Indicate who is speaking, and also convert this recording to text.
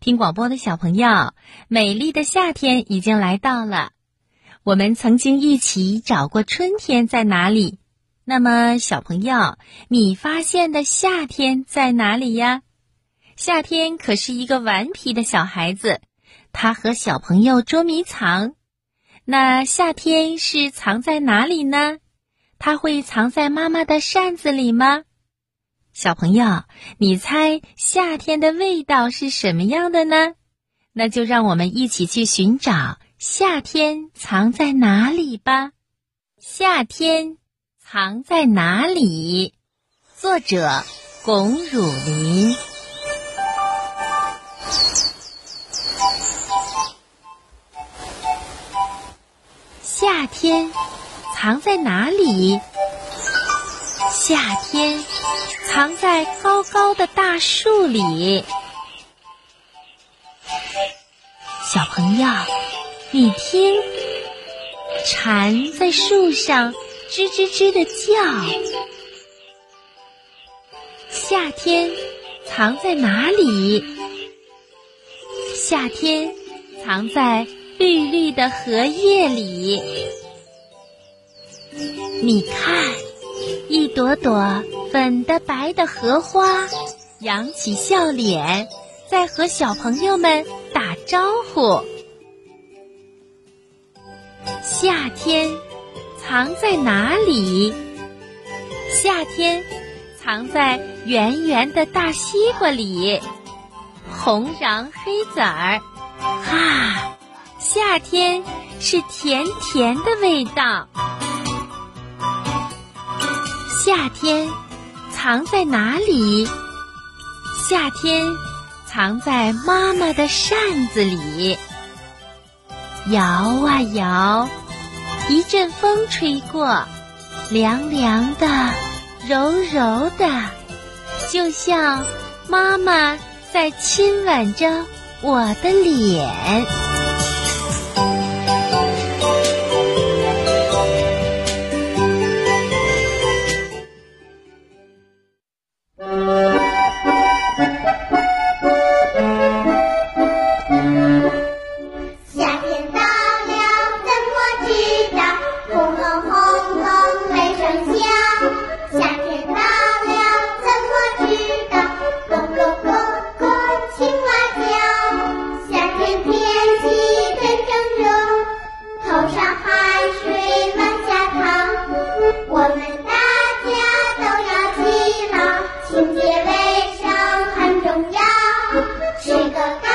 Speaker 1: 听广播的小朋友，美丽的夏天已经来到了。我们曾经一起找过春天在哪里？那么小朋友，你发现的夏天在哪里呀？夏天可是一个顽皮的小孩子，他和小朋友捉迷藏。那夏天是藏在哪里呢？他会藏在妈妈的扇子里吗？小朋友，你猜夏天的味道是什么样的呢？那就让我们一起去寻找夏天藏在哪里吧。夏天藏在哪里？作者龚汝霖。夏天藏在哪里？夏天藏在高高的大树里。小朋友，你听，蝉在树上吱吱吱地叫。夏天藏在哪里？夏天藏在绿绿的荷叶里。你看，一朵朵粉的白的荷花扬起笑脸，在和小朋友们打招呼。夏天藏在哪里？夏天藏在圆圆的大西瓜里，红瓤黑籽儿，哈，夏天是甜甜的味道。夏天藏在哪里？夏天藏在妈妈的扇子里。摇啊摇，一阵风吹过，凉凉的，柔柔的，就像妈妈在亲吻着我的脸。
Speaker 2: 清洁卫生很重要，是个